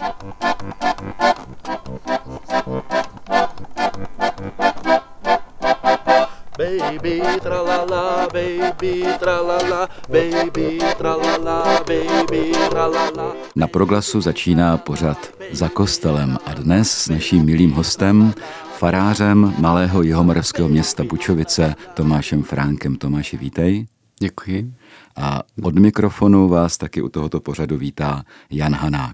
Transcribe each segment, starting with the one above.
Baby tralala, baby tralala, baby tralala, baby tralala. Na Proglasu začíná pořad Za kostelem a dnes s naším milým hostem, farářem malého jihomoravského města Bučovice, Tomášem Fránkem. Tomáši, vítej. Děkuji. A od mikrofonu vás taky u tohoto pořadu vítá Jan Hanák.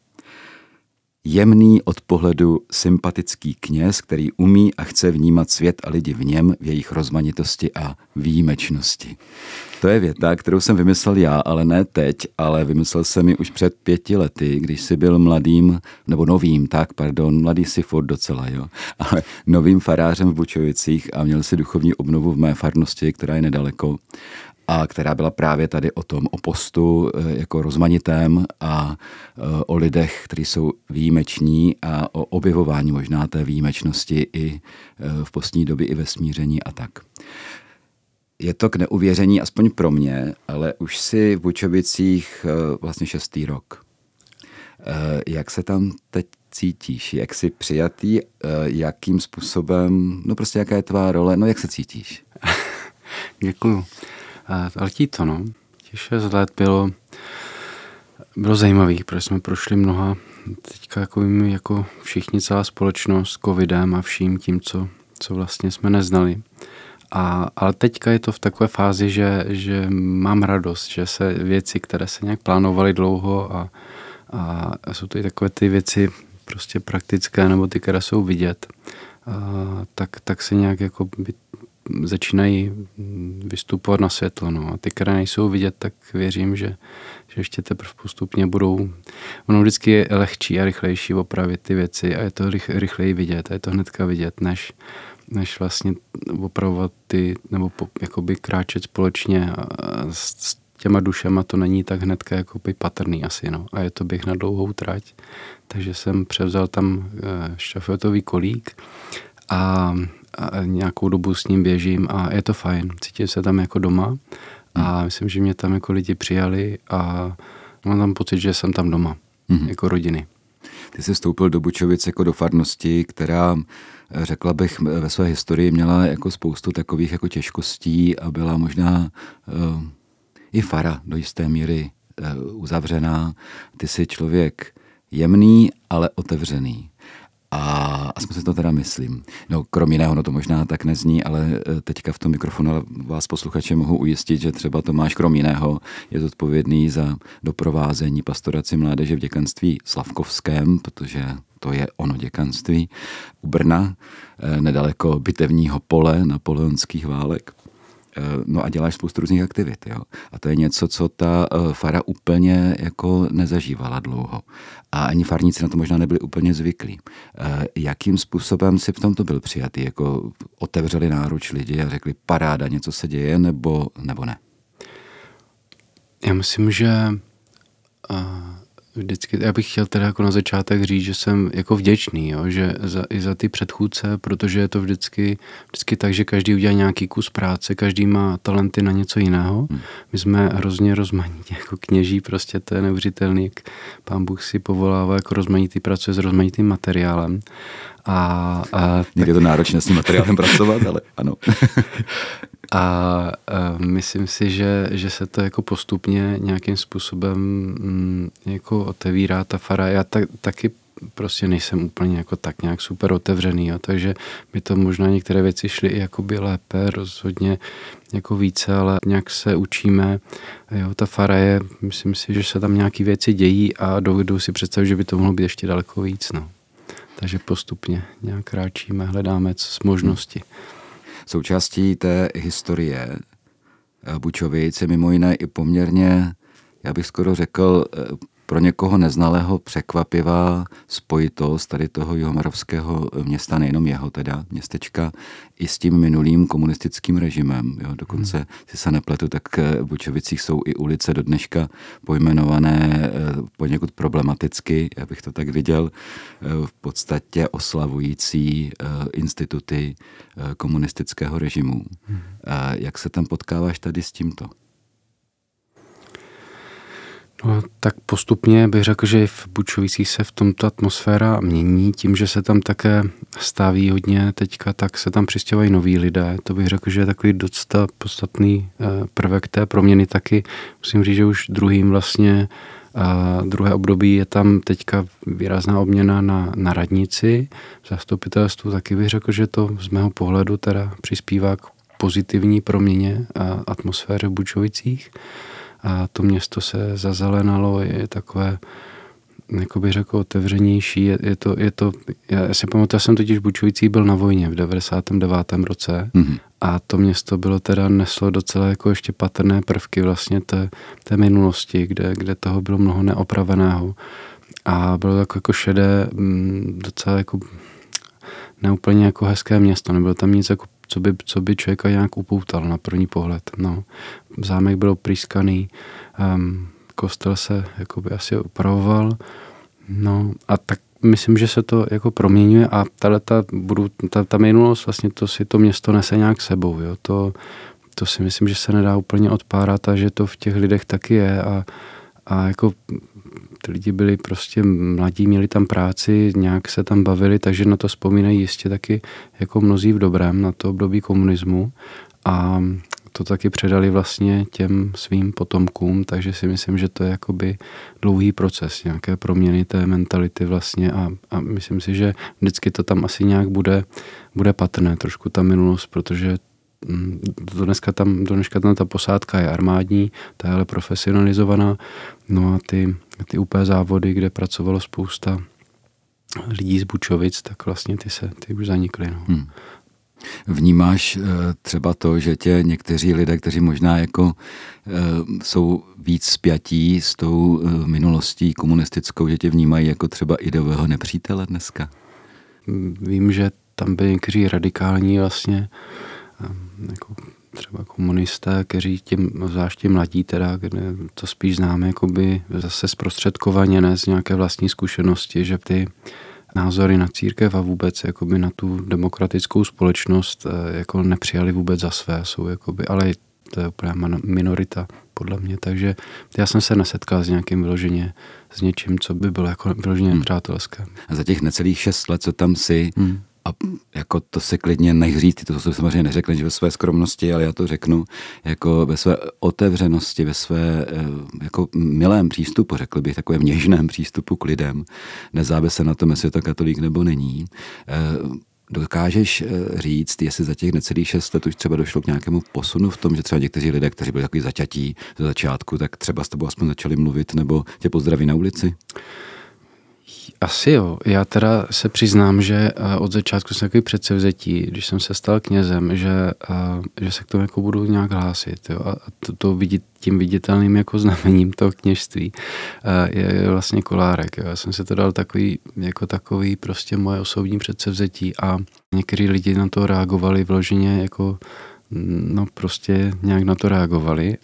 Jemný od pohledu sympatický kněz, který umí a chce vnímat svět a lidi v něm, v jejich rozmanitosti a výjimečnosti. To je věta, kterou jsem vymyslel já, ale ne teď, ale vymyslel jsem ji už před 5 lety, když jsi byl mladý si furt docela, jo, ale novým farářem v Bučovicích a měl si duchovní obnovu v mé farnosti, která je nedaleko, a která byla právě tady o postu jako rozmanitém a o lidech, kteří jsou výjimeční a o objevování možná té výjimečnosti i v postní době i ve smíření a tak. Je to k neuvěření, aspoň pro mě, ale už si v Bučovicích vlastně 6. rok. Jak se tam teď cítíš? Jak jsi přijatý? Jakým způsobem? No prostě jaká je tvá role? No jak se cítíš? Děkuju. Letí to, no. Těch 6 let bylo zajímavých, protože jsme prošli mnoha teďka jako všichni, celá společnost, covidem a vším tím, co vlastně jsme neznali. Ale teďka je to v takové fázi, že mám radost, že se věci, které se nějak plánovaly dlouho a jsou to i takové ty věci prostě praktické, nebo ty, které jsou vidět, tak se nějak jako začínají vystupovat na světlo. No. A ty, které nejsou vidět, tak věřím, že ještě teprve postupně budou. Ono vždycky je lehčí a rychlejší opravit ty věci a je to rychleji vidět. A je to hnedka vidět, než vlastně opravovat nebo jakoby kráčet společně s těma dušema, to není tak hnedka jakoby patrný asi. No. A je to běh na dlouhou trať. Takže jsem převzal tam štafetový kolík a nějakou dobu s ním běžím a je to fajn. Cítím se tam jako doma a myslím, že mě tam jako lidi přijali a mám tam pocit, že jsem tam doma, jako rodiny. Ty jsi vstoupil do Bučovic jako do farnosti, která, řekla bych, ve své historii měla jako spoustu takových jako těžkostí a byla možná i fara do jisté míry uzavřená. Ty jsi člověk jemný, ale otevřený. A aspoň si to teda myslím. No, krom jiného, no to možná tak nezní, ale teďka v tom mikrofonu vás posluchače mohu ujistit, že třeba Tomáš krom jiného je zodpovědný za doprovázení pastoraci mládeže v děkanství Slavkovském, protože to je ono děkanství u Brna, nedaleko bitevního pole napoleonských válek. No a děláš spoustu různých aktivit, jo. A to je něco, co ta fara úplně jako nezažívala dlouho. A ani farníci na to možná nebyli úplně zvyklí. Jakým způsobem si v tomto byl přijatý? Jako otevřeli náruč lidi a řekli paráda, něco se děje, nebo ne? Já myslím, že vždycky, já bych chtěl teda jako na začátek říct, že jsem jako vděčný, jo, že i za ty předchůdce, protože je to vždycky tak, že každý udělá nějaký kus práce, každý má talenty na něco jiného. My jsme hrozně rozmanití, jako kněží, prostě to je neuvěřitelný, Pán Bůh si povolává jako rozmanitý, pracuje s rozmanitým materiálem. Někdy je to náročné s tím materiálem pracovat, ale ano. A myslím si, že se to jako postupně nějakým způsobem jako otevírá ta fara. Já taky prostě nejsem úplně jako tak nějak super otevřený, jo, takže by to možná některé věci šly i jakoby lépe, rozhodně jako více, ale nějak se učíme. Jo, ta fara je, myslím si, že se tam nějaké věci dějí a dovedu si představit, že by to mohlo být ještě daleko víc, no. Takže postupně nějak kráčíme, hledáme z možnosti. Součástí té historie Bučovic je mimo jiné i poměrně, já bych skoro řekl, pro někoho neznalého překvapivá spojitost tady toho jihomoravského města, nejenom jeho teda městečka, i s tím minulým komunistickým režimem. Jo. Dokonce, si se nepletu, tak v Bučovicích jsou i ulice do dneška pojmenované poněkud problematicky, já bych to tak viděl, v podstatě oslavující instituty komunistického režimu. Jak se tam potkáváš tady s tímto? No, tak postupně bych řekl, že v Bučovicích se v tomto atmosféra mění tím, že se tam také staví hodně teďka, tak se tam přistěhovají noví lidé. To bych řekl, že je takový docela podstatný prvek té proměny taky. Musím říct, že už druhé období je tam teďka výrazná obměna na radnici. V zastupitelstvu taky bych řekl, že to z mého pohledu teda přispívá k pozitivní proměně atmosféry v Bučovicích. A to město se zazelenalo, je takové, jako bych řekl, otevřenější. Je to, já si pamatuju, já jsem totiž v Bučovicích byl na vojně v 99. roce a to město bylo teda, neslo docela jako ještě patrné prvky vlastně té minulosti, kde toho bylo mnoho neopraveného. A bylo to jako šedé, docela jako neúplně jako hezké město, nebylo tam nic jako co by člověka nějak upoutal na první pohled. No. Zámek byl prýskaný, kostel se jakoby asi opravoval, no a tak myslím, že se to jako proměňuje a ta minulost vlastně to město nese nějak sebou, jo. To si myslím, že se nedá úplně odpárat a že to v těch lidech taky je a jako ty lidi byli prostě mladí, měli tam práci, nějak se tam bavili, takže na to vzpomínají jistě taky jako mnozí v dobrém, na to období komunismu a to taky předali vlastně těm svým potomkům, takže si myslím, že to je jakoby dlouhý proces, nějaké proměny té mentality vlastně a myslím si, že vždycky to tam asi nějak bude patrné, trošku ta minulost, protože do dneška tam ta posádka je armádní, ta je ale profesionalizovaná, no a ty UP závody, kde pracovalo spousta lidí z Bučovic, tak vlastně ty už zanikly. No. Vnímáš třeba to, že tě někteří lidé, kteří možná jako jsou víc spjatí s tou minulostí komunistickou, že tě vnímají jako třeba ideového nepřítele dneska? Vím, že tam byli někteří radikální vlastně jako třeba komunisté, kteří zvláště mladí teda, kde to spíš známe jakoby zase zprostředkovaně, ne z nějaké vlastní zkušenosti, že ty názory na církev a vůbec jakoby na tu demokratickou společnost jako nepřijali vůbec za své, jsou jakoby, ale to je úplně minorita podle mě, takže já jsem se nesetkal s nějakým vyloženě, s něčím, co by bylo jako vyloženě nepřátelské. A za těch necelých 6 let, co tam jsi, a jako to se klidně nech říct, to jsem samozřejmě neřekl, že ve své skromnosti, ale já to řeknu, jako ve své otevřenosti, ve své jako milém přístupu, řekl bych, takovém něžném přístupu k lidem, nezávisle na tom, jestli je to katolík nebo není. Dokážeš říct, jestli za těch necelých 6 let už třeba došlo k nějakému posunu v tom, že třeba někteří lidé, kteří byli takový zaťatí ze začátku, tak třeba s tebou aspoň začali mluvit nebo tě pozdraví na ulici? Asi jo. Já teda se přiznám, že od začátku jsem takový předsevzetí, když jsem se stal knězem, že se k tomu jako budu nějak hlásit. Jo? A tím viditelným jako znamením toho kněžství je vlastně kolárek. Jo? Já jsem se to dal takový prostě moje osobní předsevzetí a někteří lidi na to reagovali vloženě jako no prostě nějak na to reagovali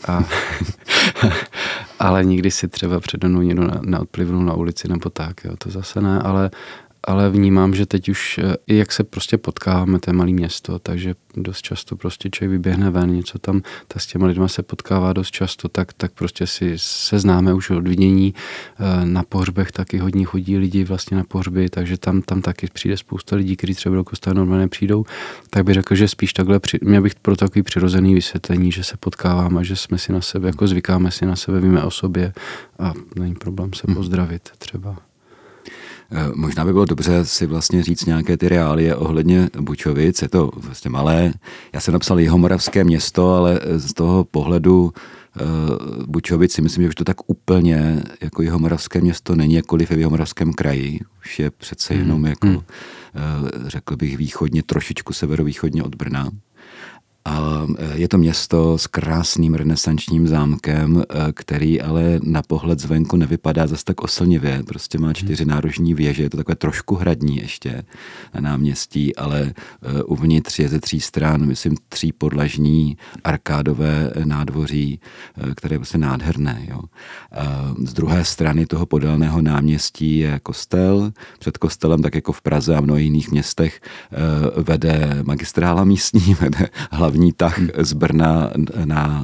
ale nikdy si třeba přede mnou někdo neodplivnul na ulici nebo tak, jo, to zase ne, ale vnímám, že teď už, i jak se prostě potkáváme, to je malé město, takže dost často prostě člověk vyběhne ven, něco tam, s těma lidma se potkává dost často, tak prostě se známe už od vidění, na pohřbech taky hodně chodí lidi vlastně na pohřby, takže tam taky přijde spousta lidí, kteří třeba do kostela normálně přijdou, tak bych řekl, že spíš takhle, měl bych pro takový přirozený vysvětlení, že se potkáváme, že jsme si na sebe, jako zvykáme si na sebe, víme o sobě a není problém se pozdravit třeba. Možná by bylo dobře si vlastně říct nějaké ty reálie ohledně Bučovic. Je to vlastně malé. Já jsem napsal Jihomoravské město, ale z toho pohledu Bučovic si myslím, že už to tak úplně jako Jihomoravské město není, jakkoliv je v Jihomoravském kraji. Už je přece jenom jako, řekl bych, východně, trošičku severovýchodně od Brna. A je to město s krásným renesančním zámkem, který ale na pohled zvenku nevypadá zase tak oslnivě. Prostě má 4 nárožní věže, je to takové trošku hradní ještě na náměstí, ale uvnitř je ze 3 stran, myslím, 3 podlažní arkádové nádvoří, které je prostě nádherné. Jo. Z druhé strany toho podélného náměstí je kostel. Před kostelem, tak jako v Praze a mnoha jiných městech, vede magistrála místní, vede hlavní tah z Brna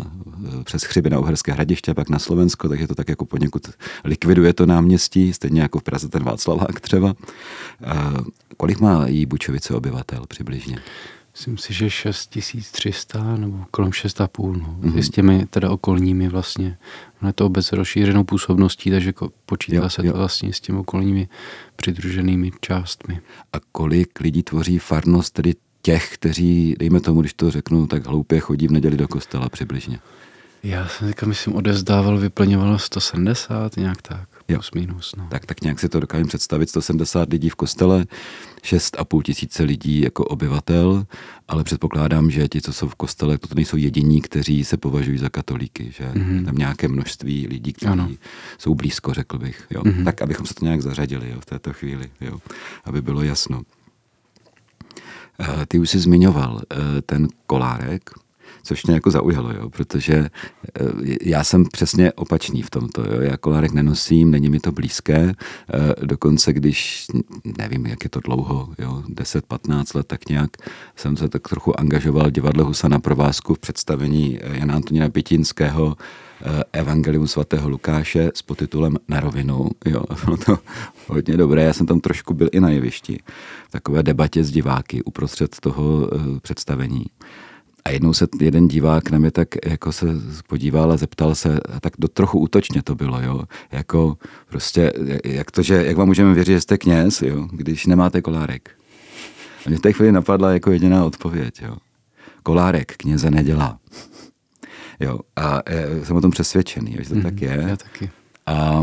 přes Chřiby na Uherské Hradiště, pak na Slovensko, takže to tak jako poněkud likviduje to náměstí, stejně jako v Praze ten Václavák třeba. Kolik má jí Bučovice obyvatel přibližně? Myslím si, že 6300 nebo kolem 6,5. No. S těmi teda okolními vlastně. Ono je to obec rozšířenou působností, takže počítá se to vlastně s těmi okolními přidruženými částmi. A kolik lidí tvoří farnost, tedy těch, kteří, dejme tomu, když to řeknu, tak hloupě chodí v neděli do kostela přibližně? Já jsem teďka, myslím, odezdával, vyplňovalo 170, nějak tak, plus minus. No. Tak nějak si to dokážeme představit, 170 lidí v kostele, 6,5 tisíce lidí jako obyvatel, ale předpokládám, že ti, co jsou v kostele, to nejsou jediní, kteří se považují za katolíky, že tam nějaké množství lidí, kteří jsou blízko, řekl bych. Jo. Tak, abychom se to nějak zařadili, jo, v této chvíli, jo, aby bylo jasno. Ty už jsi zmiňoval ten kolárek, což mě jako zaujalo, jo, protože já jsem přesně opačný v tomto. Jo. Já kolárek nenosím, není mi to blízké. Dokonce, když, nevím, jak je to dlouho, jo, 10-15 let, tak nějak jsem se tak trochu angažoval v divadle Husa na provázku v představení Jana Antonína Pětinského Evangelium svatého Lukáše s podtitulem Na rovinu. Jo, bylo to hodně dobré. Já jsem tam trošku byl i na jevišti. V takové debatě s diváky uprostřed toho představení. A jednou se jeden divák na mě tak jako se podíval a zeptal se, a tak trochu útočně to bylo, jo, jako prostě, jak vám můžeme věřit, že jste kněz, jo, když nemáte kolárek. A mě v té chvíli napadla jako jediná odpověď, jo. Kolárek kněze nedělá. Jo, a jsem o tom přesvědčený, že to tak je. Já taky. A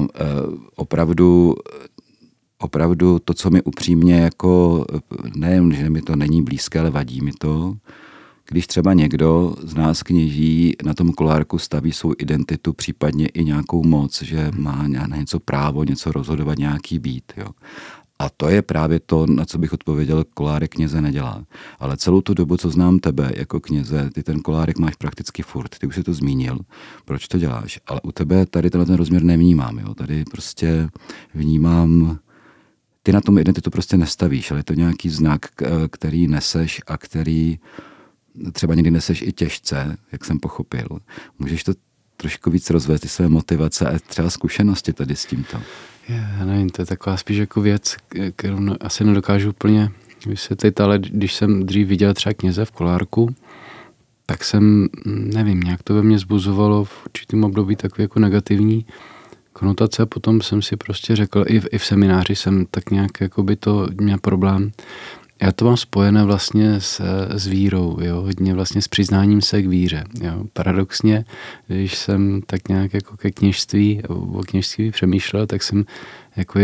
opravdu to, co mi upřímně jako, nejen, že mi to není blízké, ale vadí mi to, když třeba někdo z nás kněží na tom kolárku staví svou identitu, případně i nějakou moc, že má na něco právo, něco rozhodovat, nějaký být. Jo. A to je právě to, na co bych odpověděl, kolárek kněze nedělá. Ale celou tu dobu, co znám tebe jako kněze, ty ten kolárek máš prakticky furt. Ty už jsi to zmínil, proč to děláš. Ale u tebe tady ten rozměr nevnímám. Jo. Tady prostě vnímám, ty na tom identitu prostě nestavíš, ale je to nějaký znak, který neseš a který třeba někdy neseš i těžce, jak jsem pochopil. Můžeš to trošku víc rozvést, ty své motivace a třeba zkušenosti tady s tímto? Já nevím, to je taková spíš jako věc, kterou asi nedokážu úplně vysvětlit, ale když jsem dřív viděl třeba kněze v kolárku, tak jsem, nevím, nějak to ve mně zbuzovalo v určitém období takové jako negativní konotace a potom jsem si prostě řekl, i v semináři jsem tak nějak jako by to měl problém. Já to mám spojené vlastně s vírou, jo, hodně vlastně s přiznáním se k víře. Jo. Paradoxně, když jsem tak nějak jako o kněžství přemýšlel, tak jsem jako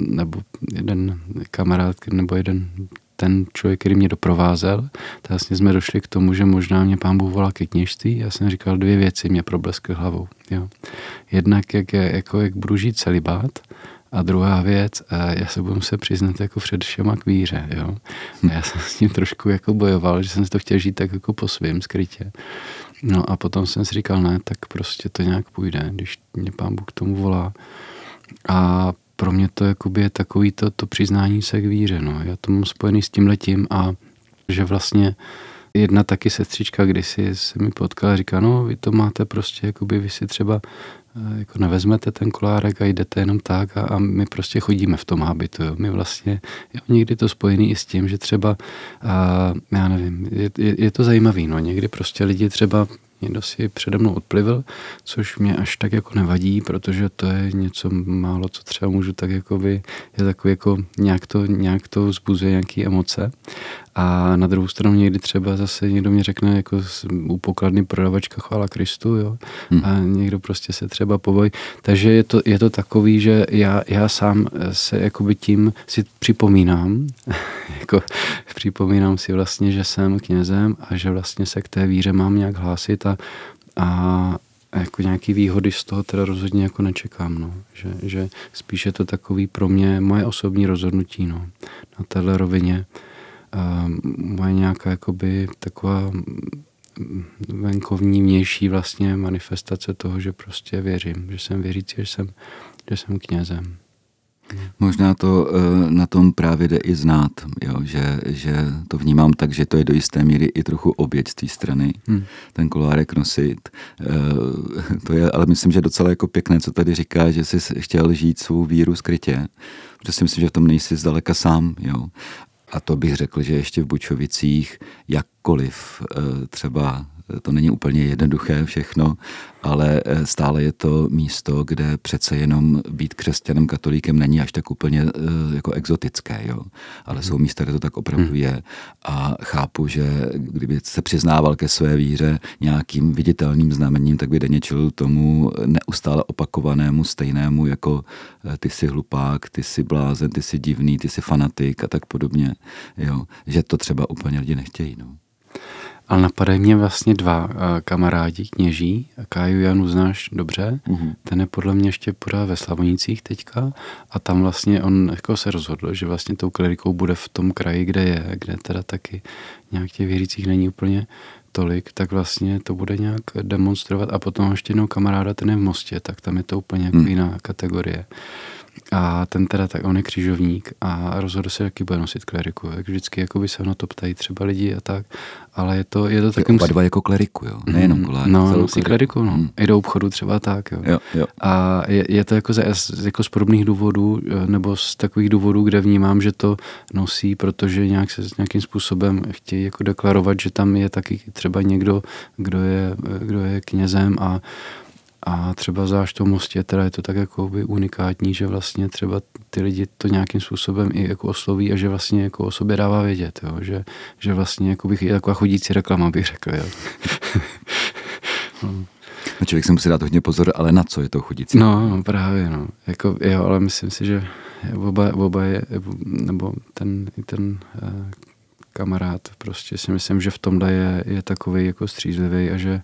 jeden kamarád, nebo ten člověk, který mě doprovázel, tak vlastně jsme došli k tomu, že možná mě Pán Bůh volá ke kněžství. Já jsem říkal 2 věci, mě probleskly hlavou. Jo. Jednak, jak budu žít celibát, a druhá věc, já se budu muset přiznat jako před všema k víře, jo. A já jsem s tím trošku jako bojoval, že jsem si to chtěl žít tak jako po svým skrytě. No a potom jsem si říkal, ne, tak prostě to nějak půjde, když mě Pán Bůh k tomu volá. A pro mě to jakoby je takový to přiznání se k víře, no. Já to mám spojený s tímhletím a že vlastně jedna taky sestřička kdysi se mi potkala a říká, no vy to máte prostě, jakoby vy si třeba jako nevezmete ten kolárek a jdete jenom tak a my prostě chodíme v tom hábitu. Jo. My vlastně, jo, někdy to spojený i s tím, že třeba, já nevím, je to zajímavý, no, někdy prostě lidi třeba, někdo si přede mnou odplivil, což mě až tak jako nevadí, protože to je něco málo, co třeba můžu tak jakoby, je takový jako nějak to vzbuzuje nějaké emoce. A na druhou stranu někdy třeba zase někdo mě řekne jako u pokladny prodavačka chvála Kristu, jo. A někdo prostě se třeba pobaví. Takže je to takový, že já sám se jakoby tím si připomínám, připomínám si vlastně, že jsem knězem a že vlastně se k té víře mám nějak hlásit a jako nějaký výhody z toho teda rozhodně jako nečekám, no. Že spíš je to takový pro mě moje osobní rozhodnutí, no. Na téhle rovině moje nějaká jakoby taková venkovní, vnější vlastně manifestace toho, že prostě věřím, že jsem věřící, že jsem knězem. Možná to na tom právě jde i znát, jo, že to vnímám tak, že to je do jisté míry i trochu oběť z té strany, ten kolárek nosit. To je, ale myslím, že docela jako pěkné, co tady říká, že jsi chtěl žít svou víru skrytě, protože si myslím, že v tom nejsi zdaleka sám. Jo. A to bych řekl, že ještě v Bučovicích jakkoliv třeba to není úplně jednoduché všechno, ale stále je to místo, kde přece jenom být křesťanem, katolíkem není až tak úplně jako exotické, jo. Ale jsou místa, kde to tak opravdu je. A chápu, že kdyby se přiznával ke své víře nějakým viditelným znamením, tak by denně čelil tomu neustále opakovanému stejnému, jako ty jsi hlupák, ty jsi blázen, ty jsi divný, ty jsi fanatik a tak podobně. Jo. Že to třeba úplně lidi nechtějí, no. Ale napadají mě vlastně dva kamarádi kněží. Káju Janu znáš dobře. Ten je podle mě ještě pořád ve Slavonicích teďka. A tam vlastně on jako se rozhodl, že vlastně tou klerikou bude v tom kraji, kde je, kde teda taky nějak těch věřících není úplně tolik, tak vlastně to bude nějak demonstrovat. A potom ještě jednou kamaráda, ten je v Mostě, tak tam je to úplně jako jiná kategorie. A ten teda tak, on je křižovník a rozhodl se, jaký bude nosit kleriku. Jak vždycky jakoby se na to ptají třeba lidi a tak, ale je to taky... Oba dva jako kleriku, jo? Nejenom kolárek. No, nosí kleriku, no. I do obchodu třeba tak, jo. Jo. A je to jako z podobných důvodů, nebo z takových důvodů, kde vnímám, že to nosí, protože nějakým způsobem chtějí jako deklarovat, že tam je taky třeba někdo, kdo je knězem a třeba zvlášť v tom Mostě, teda je to tak jako by unikátní, že vlastně třeba ty lidi to nějakým způsobem i jako osloví a že vlastně jako o sobě dává vědět, jo? Že vlastně jako je taková chodící reklama, bych řekl. Jo? No člověk se musí dát hodně pozor, ale na co je to chodící? No právě, no. Jako, jo, ale myslím si, že oba je, nebo ten kamarád, prostě si myslím, že v tomhle je takovej jako střízlivý a že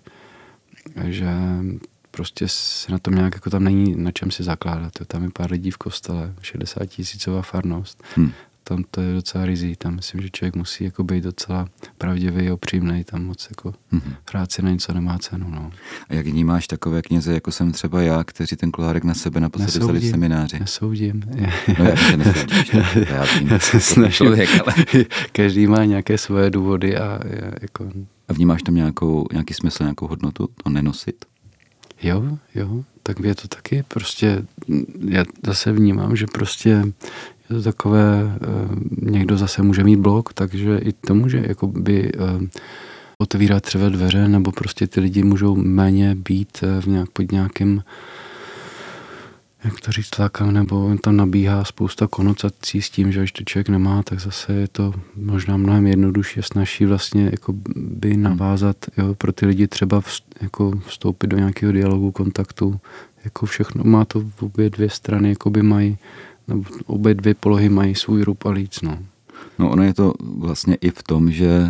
prostě se na tom nějak, jako tam není na čem si zakládat. Tam je pár lidí v kostele, 60 000 farnost. Tam to je docela rizí. Tam myslím, že člověk musí jako být docela pravdivý a upřímnej. Tam moc jako hrát si na něco nemá cenu. No. A jak vnímáš takové kněze, jako jsem třeba já, kteří ten kolárek na sebe naposledy vzali v semináři? Nesoudím. No já se nesoudíš. Já vím, člověk, ale každý má nějaké svoje důvody a jako... A vnímáš tam nějaký smysl, nějakou hodnotu, to nenosit? Jo, tak je to taky prostě, já zase vnímám, že prostě je to takové, někdo zase může mít blog, takže i to může jakoby otevírat třeba dveře, nebo prostě ty lidi můžou méně být pod nějakým, jak to říct, tlakem, nebo tam nabíhá spousta konotací s tím, že když to člověk nemá, tak zase je to možná mnohem jednodušší a snazší vlastně jako by navázat, jo, pro ty lidi třeba jako vstoupit do nějakého dialogu, kontaktu, jako všechno, má to v obě dvě strany, jako by mají, nebo obě dvě polohy mají svůj rub a líc, no. No ono je to vlastně i v tom, že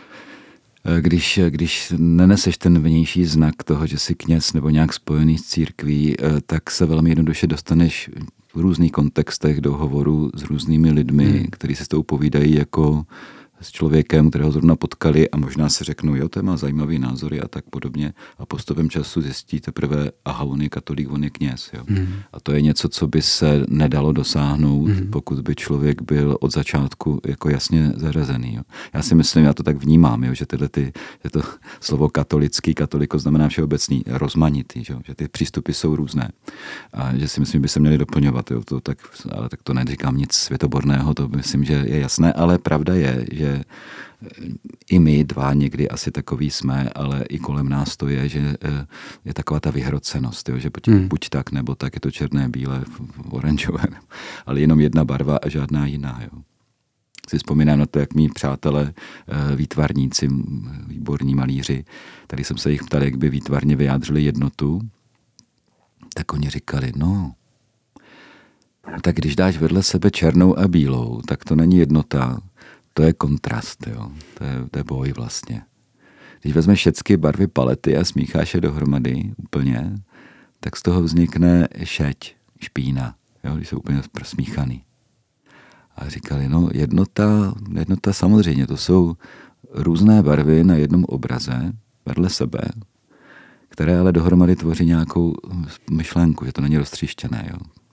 když neneseš ten vnější znak toho, že jsi kněz nebo nějak spojený s církví, tak se velmi jednoduše dostaneš v různých kontextech do hovoru s různými lidmi, kteří se s tou povídají jako s člověkem, kterého zrovna potkali a možná si řeknou, jo, to má zajímavý názory a tak podobně a postupem času zjistí teprve, aha, on je katolík, on je kněz. Jo. A to je něco, co by se nedalo dosáhnout, pokud by člověk byl od začátku jako jasně zařazený. Jo. Já si myslím, já to tak vnímám, jo, že že to slovo katoliko znamená všeobecný, rozmanitý, že ty přístupy jsou různé a že si myslím, by se měly doplňovat. Jo, ale tak to neříkám nic světoborného, to myslím, že je jasné, ale pravda je, že i my dva někdy asi takový jsme, ale i kolem nás to je, že je taková ta vyhrocenost, jo, že buď tak, nebo tak, je to černé, bílé, oranžové, ale jenom jedna barva a žádná jiná. Jo. Si vzpomínám na to, jak mý přátelé výtvarníci, výborní malíři, tady jsem se jich ptal, jak by výtvarně vyjádřili jednotu, tak oni říkali, no, tak když dáš vedle sebe černou a bílou, tak to není jednota, to je kontrast, jo. To je boj vlastně. Když vezmeš všechny barvy palety a smícháš je dohromady úplně, tak z toho vznikne šeť, špína, jo, když jsou úplně prosmíchaný. A říkali, no jednota samozřejmě, to jsou různé barvy na jednom obraze vedle sebe, které ale dohromady tvoří nějakou myšlenku, že to není roztříštěné, jo.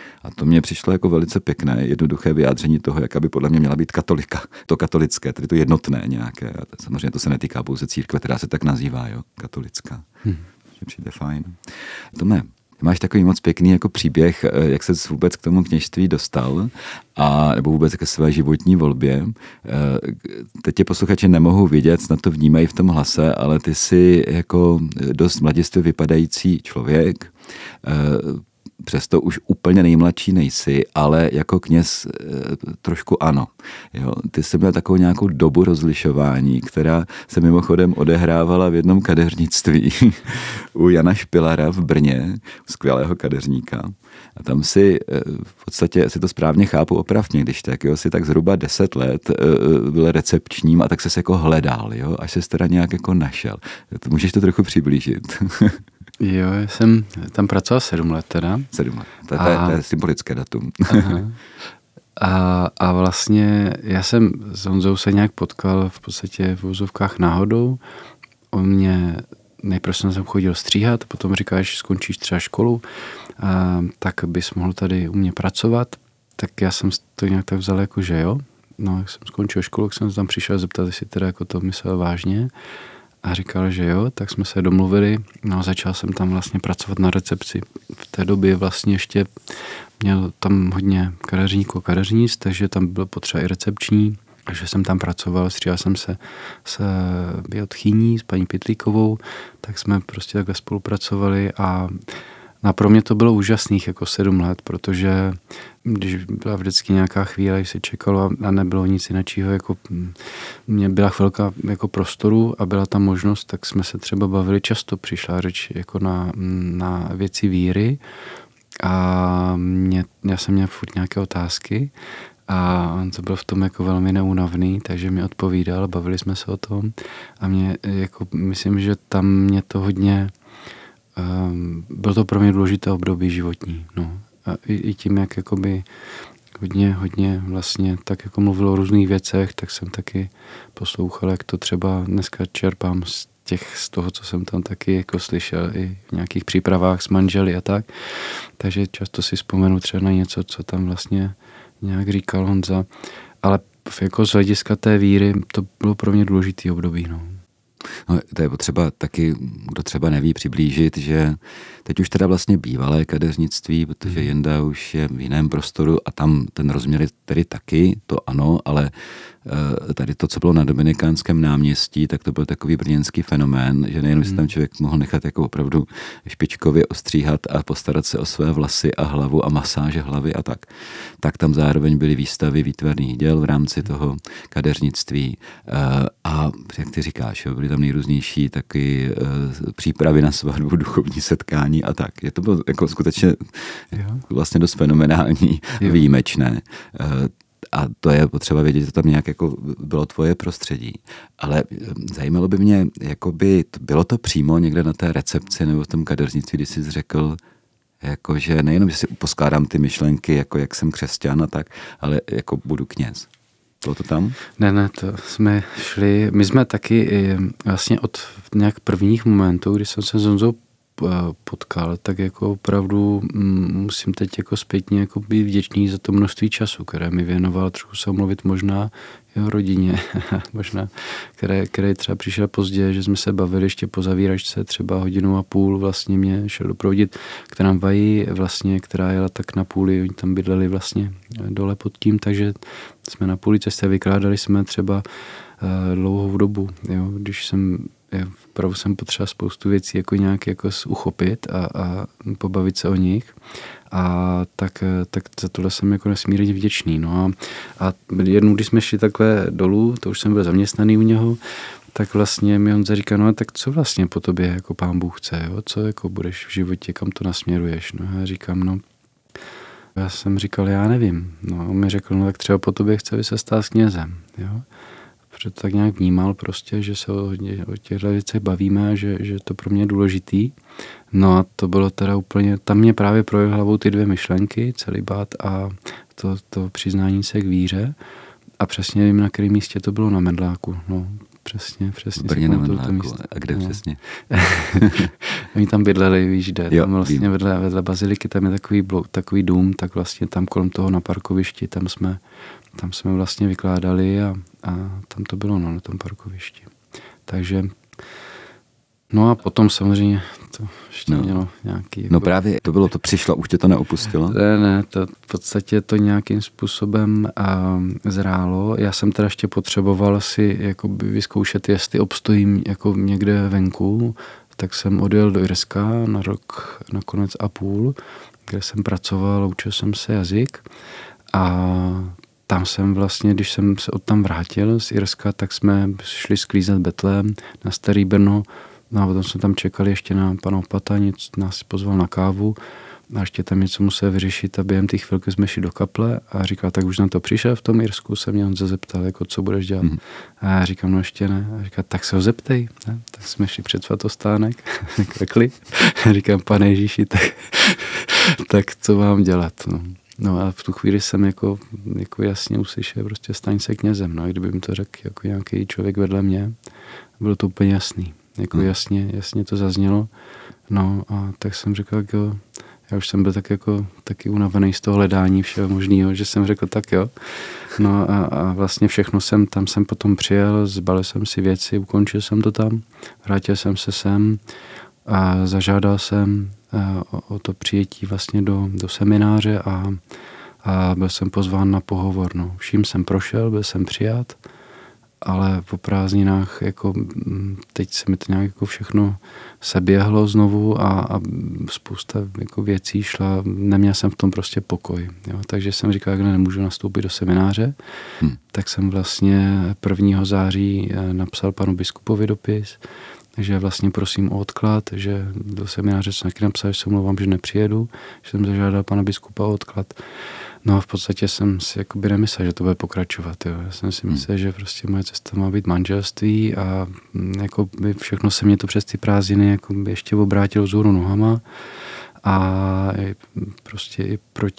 A to mně přišlo jako velice pěkné, jednoduché vyjádření toho, jaká by podle mě měla být katolika, to katolické, tedy to jednotné nějaké. A samozřejmě to se netýká pouze církve, která se tak nazývá, jo, katolická. Že přijde fajn. Tome, máš takový moc pěkný jako příběh, jak ses vůbec k tomu kněžství dostal, a nebo vůbec ke své životní volbě. Teď tě posluchači nemohou vidět, snad to vnímají v tom hlase, ale ty jsi jako dost mladistvě vypadající člověk, přesto už úplně nejmladší nejsi, ale jako kněz trošku ano. Jo, ty jsi měl takovou nějakou dobu rozlišování, která se mimochodem odehrávala v jednom kadeřnictví u Jana Špilara v Brně, skvělého kadeřníka. A tam si v podstatě, si to správně chápu, opravně, když tak, jo, si tak zhruba 10 let byl recepčním a tak ses jako hledal, jo, až ses teda nějak jako našel. Můžeš to trochu přiblížit? Jo, já jsem tam pracoval 7 let teda. 7 let. To je symbolické datum. A vlastně já jsem s Honzou se nějak potkal v podstatě v vozovkách náhodou. On mě, nejprve jsem chodil stříhat, potom říkal, že skončíš třeba školu, tak bys mohl tady u mě pracovat. Tak já jsem to nějak tak vzal jako, že jo. No, jak jsem skončil školu, tak jsem se tam přišel zeptat, jestli teda jako to myslel vážně. A říkal, že jo, tak jsme se domluvili. No a začal jsem tam vlastně pracovat na recepci. V té době vlastně ještě měl tam hodně kadeřníků a kadeřnic, takže tam byl potřeba i recepční. Takže jsem tam pracoval, střídal jsem se s biotchyní, s paní Pytlíkovou, tak jsme prostě takhle spolupracovali a pro mě to bylo úžasných jako 7 let, protože když byla vždycky nějaká chvíle, když se čekalo a nebylo nic jiného, jako mě byla chvilka jako prostoru a byla tam možnost, tak jsme se třeba bavili, často přišla řeč jako na věci víry a já jsem měl furt nějaké otázky a on to byl v tom jako velmi neúnavný, takže mi odpovídal, bavili jsme se o tom a mě jako myslím, že tam mě to hodně bylo to pro mě důležité období životní. No. A i tím, jak jakoby hodně vlastně tak jako mluvil o různých věcech, tak jsem taky poslouchal, jak to třeba dneska čerpám z toho, co jsem tam taky jako slyšel i v nějakých přípravách s manželi a tak. Takže často si vzpomenu třeba na něco, co tam vlastně nějak říkal Honza. Ale jako z hlediska té víry to bylo pro mě důležitý období. No. No, to je potřeba taky, kdo třeba neví, přiblížit, že teď už teda vlastně bývalé kadeřnictví, protože Jenda už je v jiném prostoru a tam ten rozměr je tedy taky, to ano, ale tady to, co bylo na Dominikánském náměstí, tak to byl takový brněnský fenomén, že nejen si tam člověk mohl nechat jako opravdu špičkově ostříhat a postarat se o své vlasy a hlavu a masáže hlavy a tak tam zároveň byly výstavy výtvarných děl v rámci toho kadeřnictví a jak ty říkáš, jo, byly tam nejrůznější taky přípravy na svatbu, duchovní setkání a tak. Je to bylo jako skutečně vlastně dost fenomenální, výjimečné. A to je potřeba vědět, že to tam nějak jako bylo tvoje prostředí. Ale zajímalo by mě, jakoby, bylo to přímo někde na té recepci nebo v tom kadeřnictví, když jsi řekl, jako, že nejenom, že si poskládám ty myšlenky, jako jak jsem křesťan a tak, ale jako budu kněz. Bylo to tam? Ne, to jsme šli, my jsme taky vlastně od nějak prvních momentů, kdy jsem se s Honzou potkal, tak jako opravdu musím teď jako zpětně jako být vděčný za to množství času, které mi věnoval, trochu se omluvit možná jeho rodině, možná, který třeba přišel pozdě, že jsme se bavili ještě po zavíračce, třeba 1,5 hodiny vlastně mě šel doprovodit k tramvaji, vlastně, která jela tak na půli, oni tam bydleli vlastně dole pod tím, takže jsme na půli cesty vykládali jsme třeba dlouhou dobu, jo, když opravdu jsem potřeboval spoustu věcí jako nějak jako uchopit a pobavit se o nich. A tak za tohle jsem jako nesmírně vděčný. No a jednou, když jsme šli takhle dolů, to už jsem byl zaměstnaný u něho, tak vlastně mi Honza říká, no a tak co vlastně po tobě jako Pán Bůh chce, jo? Co jako budeš v životě, kam to nasměruješ? No a já říkám, no, já jsem říkal, já nevím. No a on mi řekl, no tak třeba po tobě chce, aby se stal knězem, jo. Protože to tak nějak vnímal prostě, že se o těchto věcech bavíme a že to pro mě je důležitý. No a to bylo teda úplně, tam mě právě projel hlavou ty 2 myšlenky, celibát a to přiznání se k víře. A přesně vím, na kterém místě to bylo na Medláku. No, Přesně. V Brně na Vendláku. A kde přesně? Oni tam bydleli, víš, kde. Jo, tam vlastně vedle baziliky, tam je takový dům, tak vlastně tam kolem toho na parkovišti, tam jsme vlastně vykládali a tam to bylo, na tom parkovišti. Takže no a potom samozřejmě to ještě mělo nějaký... No právě to přišlo, už tě to neopustilo? Ne, to v podstatě to nějakým způsobem zrálo. Já jsem teda ještě potřeboval si jakoby vyzkoušet, jestli obstojím jako někde venku, tak jsem odjel do Irska na rok nakonec a půl, kde jsem pracoval, učil jsem se jazyk a tam jsem vlastně, když jsem se odtam vrátil z Irska, tak jsme šli sklízet Betlém na Starý Brno. No a potom jsme tam čekali ještě na pana opata, nás pozval na kávu a ještě tam něco musel vyřešit a během těch chvilky jsme šli do kaple a říkal, tak už na to přišel v tom Irsku, se mě Honza zeptal, jako co budeš dělat. A já říkám, no ještě ne. A říká, tak se ho zeptej. Ne? Tak jsme šli před svatostánek, kvekli. A říkám, pane Ježíši, tak co mám dělat? No a v tu chvíli jsem jako jasně uslyšel, prostě staň se knězem. No a kdyby mi to řekl jako nějaký člověk vedle mě, bylo to úplně jasný. Jako jasně to zaznělo. No a tak jsem řekl, jo, já už jsem byl taky unavený z toho hledání všeho možného, že jsem řekl, tak jo. No a vlastně všechno tam jsem potom přijel, zbalil jsem si věci, ukončil jsem to tam, vrátil jsem se sem a zažádal jsem o to přijetí vlastně do semináře a byl jsem pozván na pohovor. No. Vším jsem prošel, byl jsem přijat, ale po prázdninách jako teď se mi to nějak jako všechno seběhlo znovu a spousta jako věcí šla, neměl jsem v tom prostě pokoj. Jo? Takže jsem říkal, jak nemůžu nastoupit do semináře, tak jsem vlastně 1. září napsal panu biskupovi dopis, že vlastně prosím o odklad, že do semináře jsem taky napsal, že se omlouvám, že nepřijedu, že jsem zažádal pana biskupa o odklad. No a v podstatě jsem si jakoby nemyslel, že to bude pokračovat. Jo. Já jsem si myslel, že prostě moje cesta má být manželství a jakoby všechno se mě to přes ty prázdniny jakoby ještě obrátilo vzhůru nohama a prostě i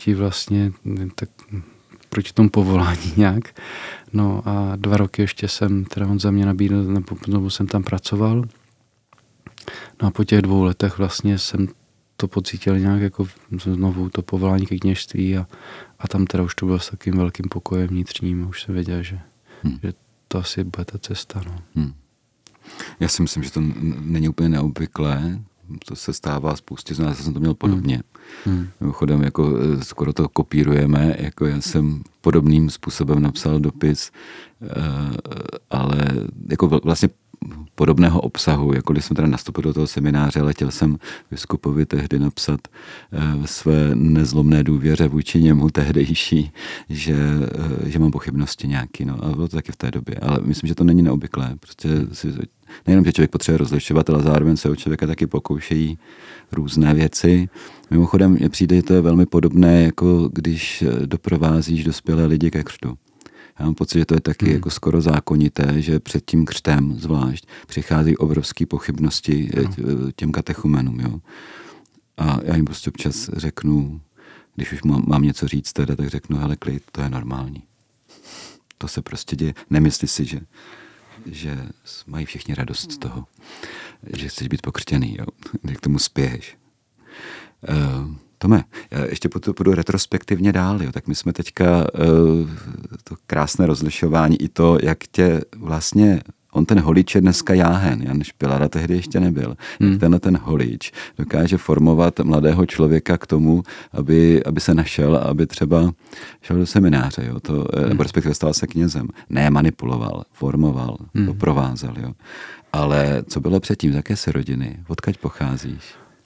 proti tomu povolání nějak. No a 2 roky ještě on za mě nabídl, znovu jsem tam pracoval. No a po těch 2 letech vlastně jsem to pocítil nějak jako znovu to povolání ke kněžství a tam teda už to bylo s takým velkým pokojem vnitřním. Už jsem věděl, že to asi bude ta cesta. No. Já si myslím, že to není úplně neobvyklé. To se stává spoustě z nás, já jsem to měl podobně. Mimochodem, jako skoro to kopírujeme, jako já jsem podobným způsobem napsal dopis, ale jako vlastně podobného obsahu, jako když jsem teda nastoupil do toho semináře, ale chtěl jsem biskupovi tehdy napsat ve své nezlomné důvěře vůči němu tehdejší, že mám pochybnosti nějaký, no a bylo to taky v té době, ale myslím, že to není neobvyklé, prostě nejenom, že člověk potřebuje rozlišovat, ale zároveň se od člověka taky pokoušejí různé věci. Mimochodem mně přijde, že to je velmi podobné, jako když doprovázíš dospělé lidi ke křtu. Já mám pocit, že to je taky jako skoro zákonité, že před tím křtem zvlášť přichází obrovské pochybnosti těm katechumenům. Jo. A já jim prostě občas řeknu, když už mám něco říct teda, tak řeknu, hele klid, to je normální. To se prostě děje. Nemyslí si, že mají všichni radost z toho, že chceš být pokřtěný, jo. K tomu spěješ. Tome, já ještě půjdu retrospektivně dál, jo. Tak my jsme teďka to krásné rozlišování i to, jak tě vlastně, on ten holič je dneska jáhen, Jan Špilara tehdy ještě nebyl. Jak ten holič dokáže formovat mladého člověka k tomu, aby se našel a aby třeba šel do semináře, jo. Nebo respektive stal se knězem. Ne manipuloval, formoval, doprovázel, jo. Ale co bylo předtím, z jaké se rodiny? Odkud pocházíš?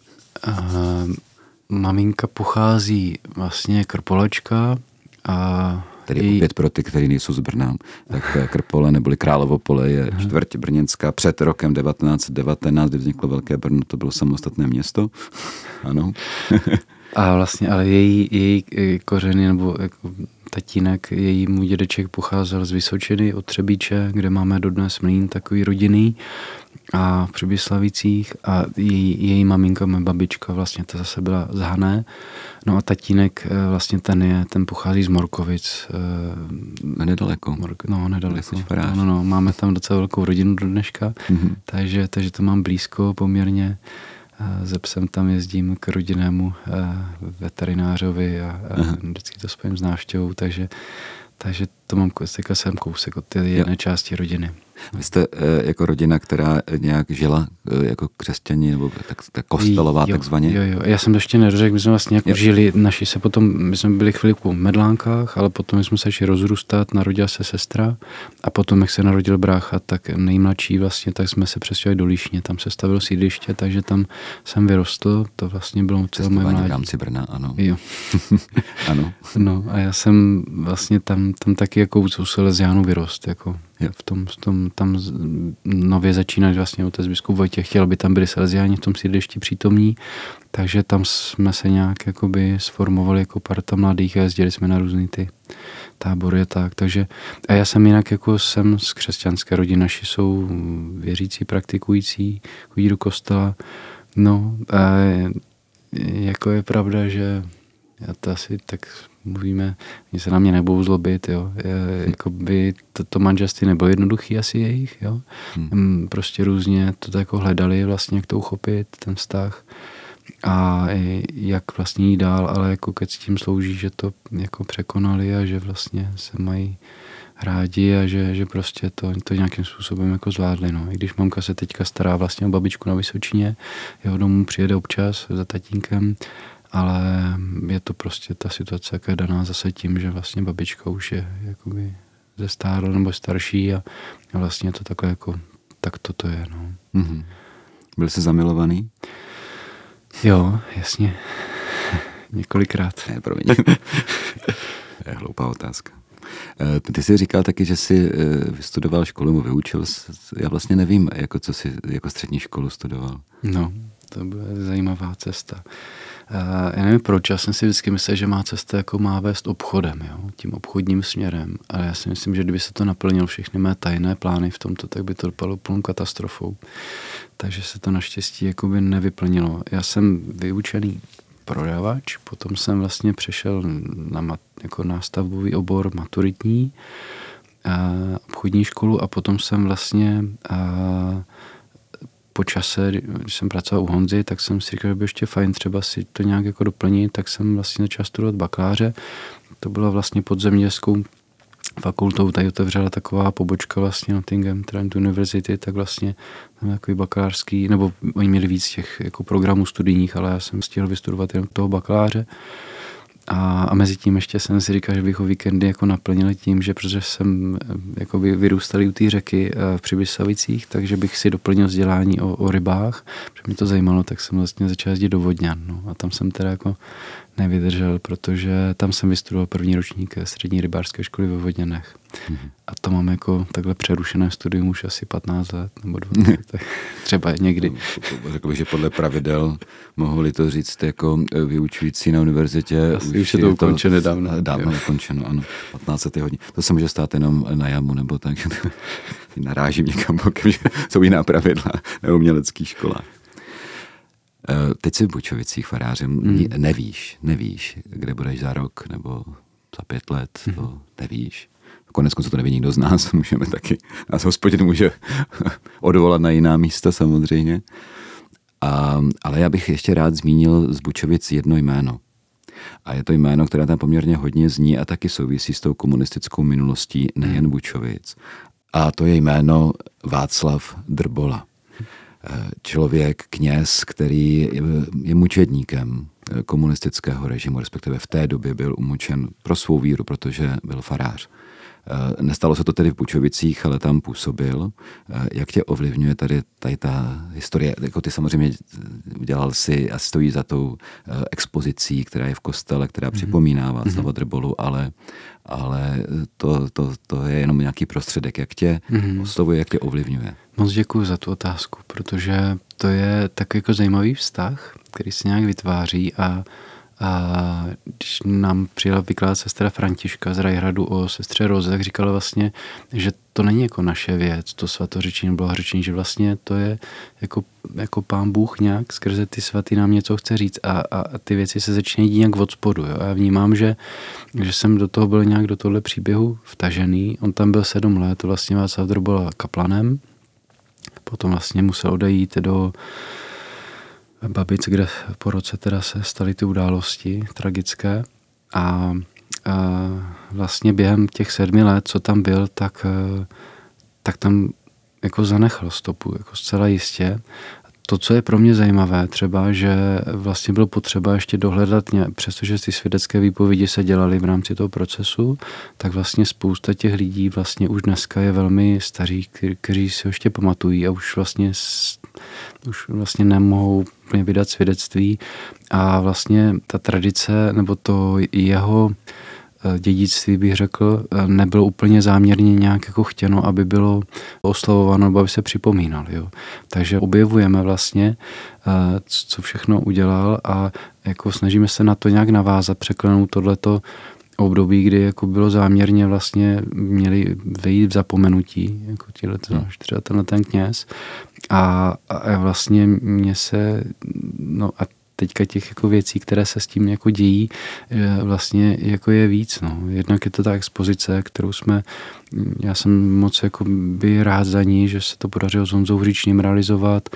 Maminka pochází vlastně Krpolačka a tedy opět pro ty, kteří nejsou z Brna, tak Krpole neboli Královopole je čtvrť brněnská. Před rokem 1919, kdy vzniklo Velké Brno, to bylo samostatné město. Ano. A vlastně, ale její kořeny, nebo jako tatínek, můj dědeček pocházel z Vysočiny, od Třebíče, kde máme dodnes mlýn takový rodinný. a v Přibyslavicích a její maminka, moje babička vlastně ta zase byla z Hané. No a tatínek vlastně ten pochází z Morkovic. Nedaleko. Nedaleko. No, máme tam docela velkou rodinu do dneška, takže to mám blízko poměrně. Se psem tam jezdím k rodinnému veterinářovi a vždycky to spojím s návštěvou, takže to mám jsem kousek od té jedné části rodiny. Vy jste jako rodina, která nějak žila jako křesťani, nebo tak kostelová takzvaně? Jo. Já jsem to ještě nedořekl, my jsme vlastně jako žili, my jsme byli chvilku v Medlánkách, ale potom jsme se začali rozrůstat, narodila se sestra a potom, jak se narodil brácha, tak nejmladší vlastně, tak jsme se přestěhovali do Líšně, tam se stavilo sídliště, takže tam jsem vyrostl, to vlastně bylo celé moje mládí. V rámci Brna, ano. Jo. Ano. No a já jsem vlastně tam taky jako u Salesiánů vyrost, jako tam nově začínat vlastně otec biskup Vojtěch chtěl, aby tam byli Salesiáni v tom sídlišti přítomní, takže tam jsme se nějak jakoby sformovali jako parta mladých a jezdili jsme na různý ty tábory a tak, takže a já jsem jinak jako jsem z křesťanské rodiny, naši jsou věřící, praktikující, chodí do kostela, no a jako je pravda, že já to asi tak mluvíme, oni se na mě nebudou zlobit, jo. Jakoby to manželství nebylo jednoduchý asi jejich, jo. Prostě různě to jako hledali vlastně, jak to uchopit, ten vztah a jak vlastně jít dál, ale jako keď s tím slouží, že to jako překonali a že vlastně se mají rádi a že prostě to nějakým způsobem jako zvládli, no. I když mamka se teďka stará vlastně o babičku na Vysočině, jeho domů přijede občas za tatínkem, ale je to prostě ta situace, jaká je daná zase tím, že vlastně babička už je jakoby zestárla nebo starší a vlastně to takhle jako, tak to je, no. Mm-hmm. Byl jsi zamilovaný? Jo, jasně. Několikrát. Ne, promiň. To je hloupá otázka. Ty jsi říkal taky, že jsi vystudoval školu, vyučil. Já vlastně nevím, co jsi jako střední školu studoval. No, to byla zajímavá cesta. Já nevím proč, já jsem si vždycky myslel, že má cesta jako má vést obchodem, jo, tím obchodním směrem, ale já si myslím, že kdyby se to naplnilo všechny mé tajné plány v tomto, tak by to dopadlo plnou katastrofou. Takže se to naštěstí jakoby nevyplnilo. Já jsem vyučený prodavač, potom jsem vlastně přešel jako nástavbový obor maturitní, obchodní školu a potom jsem vlastně po čase, když jsem pracoval u Honzy, tak jsem si říkal, že by ještě fajn třeba si to nějak jako doplnit, tak jsem vlastně začal studovat bakaláře. To bylo vlastně pod zemědělskou fakultou, tady otevřela taková pobočka vlastně Nottingham Trent University, tak vlastně tam takový bakalářský, nebo oni měli víc těch jako programů studijních, ale já jsem stihl vystudovat jenom toho bakaláře. A mezi tím ještě jsem si říkal, že bych ho víkendy jako naplnil tím, že protože jsem jako vyrůstal u té řeky v Přibyslavicích, takže bych si doplnil vzdělání o rybách, protože mě to zajímalo, tak jsem vlastně začal jezdit do Vodňan. No. A tam jsem teda jako nevydržel, protože tam jsem vystudoval první ročník střední rybářské školy ve Vodňanech. A to mám jako takhle přerušené studium už asi 15 let nebo 20 let, třeba někdy. Řekl bych, že podle pravidel mohli to říct jako vyučující na univerzitě. Už je to ukončeno dávno. Dávno ukončeno, ano. 15 hodin. To se může stát jenom na jamu, nebo tak, že narážím někam bokem, že jsou jiná pravidla na uměleckých školách. Teď jsi v Bučovicích farářem, nevíš, kde budeš za rok nebo za 5 let, to nevíš. Konec konců to neví nikdo z nás, můžeme taky, nás Hospodin může odvolat na jiná místa samozřejmě. Ale já bych ještě rád zmínil z Bučovic jedno jméno. A je to jméno, které tam poměrně hodně zní a taky souvisí s tou komunistickou minulostí nejen Bučovic. A to je jméno Václav Drbola. Člověk, kněz, který je mučedníkem komunistického režimu, respektive v té době byl umučen pro svou víru, protože byl farář. Nestalo se to tedy v Bučovicích, ale tam působil. Jak tě ovlivňuje tady ta historie? Jako ty samozřejmě dělal si a stojí za tou expozicí, která je v kostele, která připomíná Václava Drbolu, ale to je jenom nějaký prostředek. Jak tě oslovuje, jak tě ovlivňuje? Moc děkuji za tu otázku, protože to je tak jako zajímavý vztah, který se nějak vytváří a když nám přijela vykládat sestra Františka z Rajhradu o sestře Roze, tak říkala vlastně, že to není jako naše věc, to svatořečení, blahořečení, že vlastně to je jako Pán Bůh nějak skrze ty svatý nám něco chce říct a ty věci se začínají dít nějak od spodu. Jo? Já vnímám, že jsem do toho byl nějak do tohle příběhu vtažený. On tam byl 7 let, vlastně Václav Drbola kaplanem, potom vlastně musel odejít do Babic, kde po roce teda se staly ty události tragické a vlastně během těch 7 let, co tam byl, tak tam jako zanechal stopu, jako zcela jistě. To, co je pro mě zajímavé třeba, že vlastně bylo potřeba ještě dohledat, přestože ty svědecké výpovědi se dělaly v rámci toho procesu, tak vlastně spousta těch lidí vlastně už dneska je velmi staří, kteří si ho ještě pamatují a už vlastně nemohou úplně vydat svědectví a vlastně ta tradice nebo to jeho dědictví, bych řekl, nebylo úplně záměrně nějak jako chtěno, aby bylo oslavováno nebo aby se připomínal. Jo. Takže objevujeme vlastně, co všechno udělal a jako snažíme se na to nějak navázat, překlenout tohleto období, kdy jako bylo záměrně vlastně měli vejít v zapomenutí, jako třeba ten kněz a vlastně mě se, a teďka těch jako věcí, které se s tím jako dějí, vlastně jako je víc. No. Jednak je to ta expozice, kterou já jsem moc jako by rád za ní, že se to podařilo s Honzou Hříčným realizovat.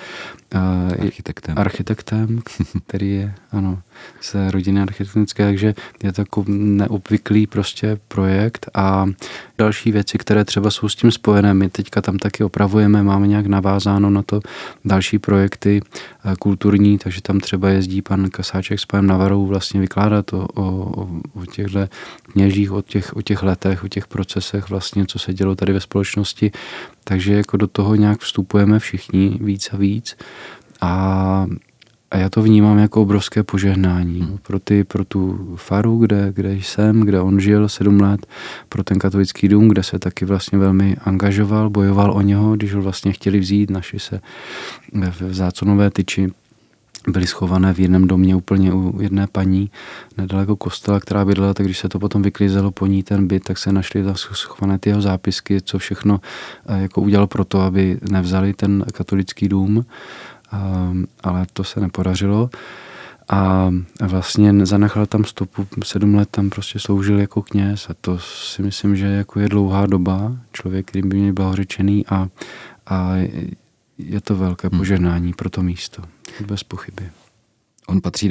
Architektem, který je, z rodiny architektonické, takže je to jako neobvyklý prostě projekt a další věci, které třeba jsou s tím spojené. My teďka tam taky opravujeme, máme nějak navázáno na to další projekty kulturní, takže tam třeba jezdí pan Kasáček s panem Navarou vlastně vykládat o těchto kněžích, o těch letech, o těch procesech vlastně, co se dělo tady ve společnosti. Takže jako do toho nějak vstupujeme všichni víc a víc a já to vnímám jako obrovské požehnání pro tu faru, kde jsem, kde on žil 7 let, pro ten katolický dům, kde se taky vlastně velmi angažoval, bojoval o něho, když ho vlastně chtěli vzít, našli se v Záconové tyči, byly schované v jednom domě úplně u jedné paní nedaleko kostela, která bydlela, tak když se to potom vyklízelo po ní ten byt, tak se našly schované ty jeho zápisky, co všechno jako udělal pro to, aby nevzali ten katolický dům, ale to se nepodařilo. A vlastně zanechal tam stopu, 7 let tam prostě sloužil jako kněz a to si myslím, že jako je dlouhá doba, člověk, který by měl blahořečený a je to velké požehnání pro to místo, bez pochyby. On patří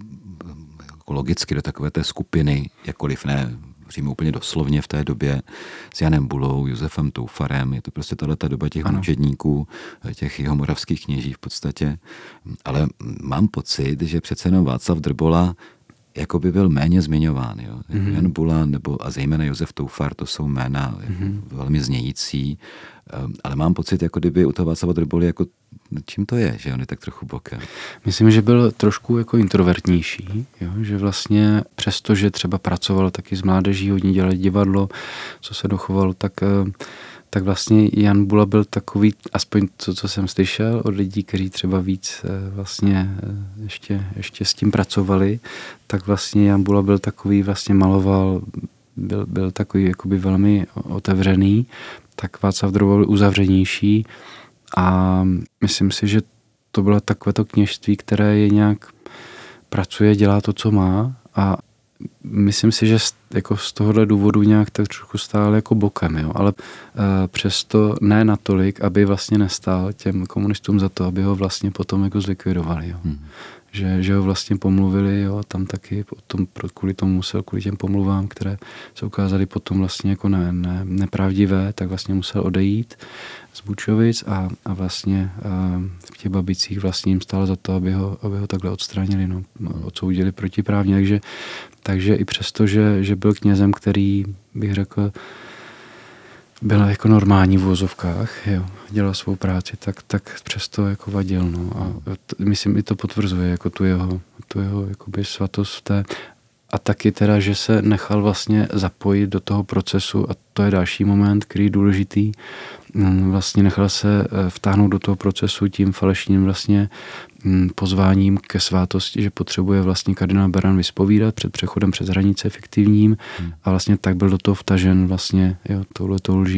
logicky do takové té skupiny, jakkoliv ne přímo úplně doslovně v té době, s Janem Bulou, Josefem Toufarem, je to prostě tato doba těch mučedníků, těch jeho moravských kněží v podstatě, ale mám pocit, že přece jenom Václav Drbola jako by byl méně zmiňován. Jo? Jan Bula a zejména Josef Toufar, to jsou jména velmi znějící, ale mám pocit, jako kdyby u toho Václava Drboly, jako čím to je, že on je tak trochu bokem? Myslím, že byl trošku jako introvertnější, jo? Že vlastně přesto, že třeba pracoval taky s mládeží, hodně dělal divadlo, co se dochovalo, tak vlastně Jan Bula byl takový, aspoň to, co jsem slyšel od lidí, kteří třeba víc vlastně ještě s tím pracovali, tak vlastně Jan Bula byl takový, vlastně maloval, byl takový jakoby velmi otevřený, tak Václav Drbola byl uzavřenější a myslím si, že to bylo takovéto kněžství, které je nějak pracuje, dělá to, co má a myslím si, že jako z tohohle důvodu nějak tak trochu stál jako bokem, jo? Ale přesto ne natolik, aby vlastně nestál těm komunistům za to, aby ho vlastně potom jako zlikvidovali. Jo? Že ho vlastně pomluvili, jo? Tam taky potom kvůli tomu musel, kvůli těm pomluvám, které se ukázaly potom vlastně jako nepravdivé, tak vlastně musel odejít z Bučovic a vlastně v těch Babicích vlastně jim stálo za to, aby ho takhle odstranili, odsoudili protiprávně, takže i přesto, že byl knězem, který, bych řekl, byl jako normální v uvozovkách, jo, dělal svou práci, tak přesto jako vadil, a myslím, i to potvrzuje jako tu jeho jakoby svatost v té. A taky teda, že se nechal vlastně zapojit do toho procesu a to je další moment, který je důležitý. Vlastně nechal se vtáhnout do toho procesu tím falešným vlastně pozváním ke svátosti, že potřebuje vlastně kardinál Beran vyspovídat před přechodem přes hranice fiktivním a vlastně tak byl do toho vtažen vlastně touhletou lží.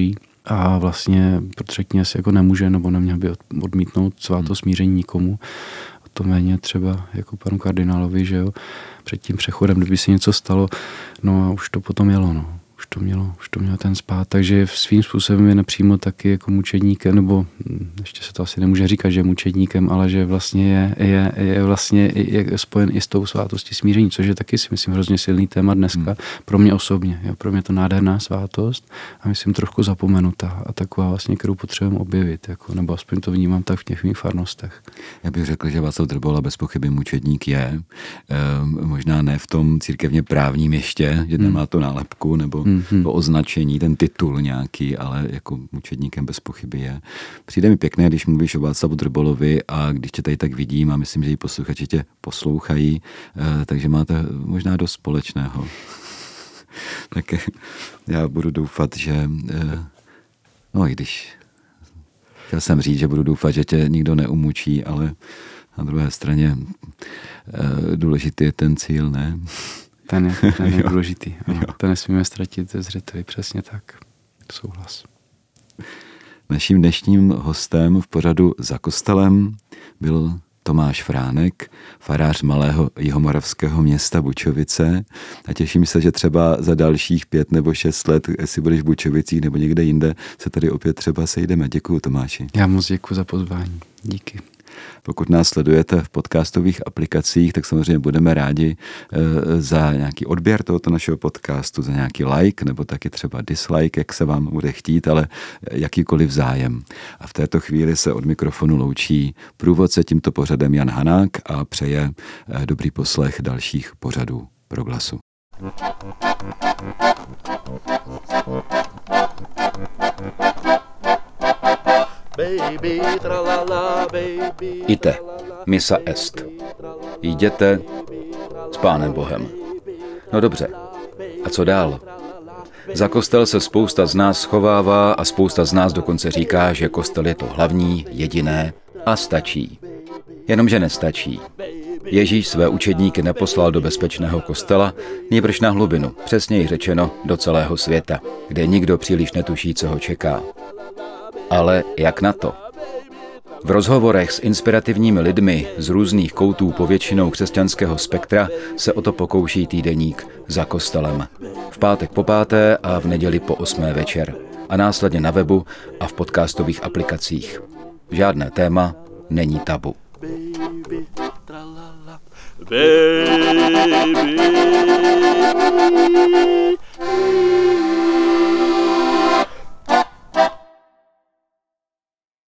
a vlastně protože kněz jako nemůže nebo neměl by odmítnout svátost smíření nikomu. O to méně třeba jako panu kardinálovi, že jo, před tím přechodem, kdyby se něco stalo, no a už to potom jelo, no. Už to mělo ten spát, takže svým způsobem je nepřímo taky jako mučedníkem, nebo ještě se to asi nemůže říkat, že je mučedníkem, ale že vlastně je vlastně spojen i s tou svátostí smíření, což je taky si myslím hrozně silný téma dneska pro mě osobně. Jo, pro mě to nádherná svátost a myslím trošku zapomenutá a taková vlastně, kterou potřebujeme objevit, jako, nebo aspoň to vnímám tak v těch mých farnostech. Já bych řekl, že Václav Drbola bez pochyby mučedník je. Možná ne v tom církevně právním ještě, že nemá to nálepku nebo to označení, ten titul nějaký, ale jako mučedníkem bez pochyby je. Přijde mi pěkné, když mluvíš o Václavu Drbolovi a když tě tady tak vidím a myslím, že i posluchači tě poslouchají, takže máte možná dost společného. Tak já budu doufat, že no i když chtěl jsem říct, že budu doufat, že tě nikdo neumučí, ale na druhé straně důležitý je ten cíl, ne? Ten je důležitý. To nesmíme ztratit ze zřeteli, přesně tak. Souhlas. Naším dnešním hostem v pořadu Za kostelem byl Tomáš Fránek, farář malého jihomoravského města Bučovice a těším se, že třeba za dalších 5 nebo 6 let, jestli budeš v Bučovicích nebo někde jinde, se tady opět třeba sejdeme. Děkuju, Tomáši. Já moc děkuji za pozvání. Díky. Pokud nás sledujete v podcastových aplikacích, tak samozřejmě budeme rádi za nějaký odběr tohoto našeho podcastu, za nějaký like nebo taky třeba dislike, jak se vám bude chtít, ale jakýkoliv zájem. A v této chvíli se od mikrofonu loučí průvodce tímto pořadem Jan Hanák a přeje dobrý poslech dalších pořadů Proglasu. Baby, tralala, baby, Ite, missa est. Jděte s Pánem Bohem. No dobře, a co dál? Za kostel se spousta z nás schovává a spousta z nás dokonce říká, že kostel je to hlavní, jediné a stačí. Jenomže nestačí. Ježíš své učedníky neposlal do bezpečného kostela, nýbrž na hlubinu, přesněji řečeno do celého světa, kde nikdo příliš netuší, co ho čeká. Ale jak na to? V rozhovorech s inspirativními lidmi z různých koutů povětšinou křesťanského spektra se o to pokouší týdeník Za kostelem. V pátek po 5. a v neděli po 8. večer. A následně na webu a v podcastových aplikacích. Žádné téma není tabu. baby, tralala, baby.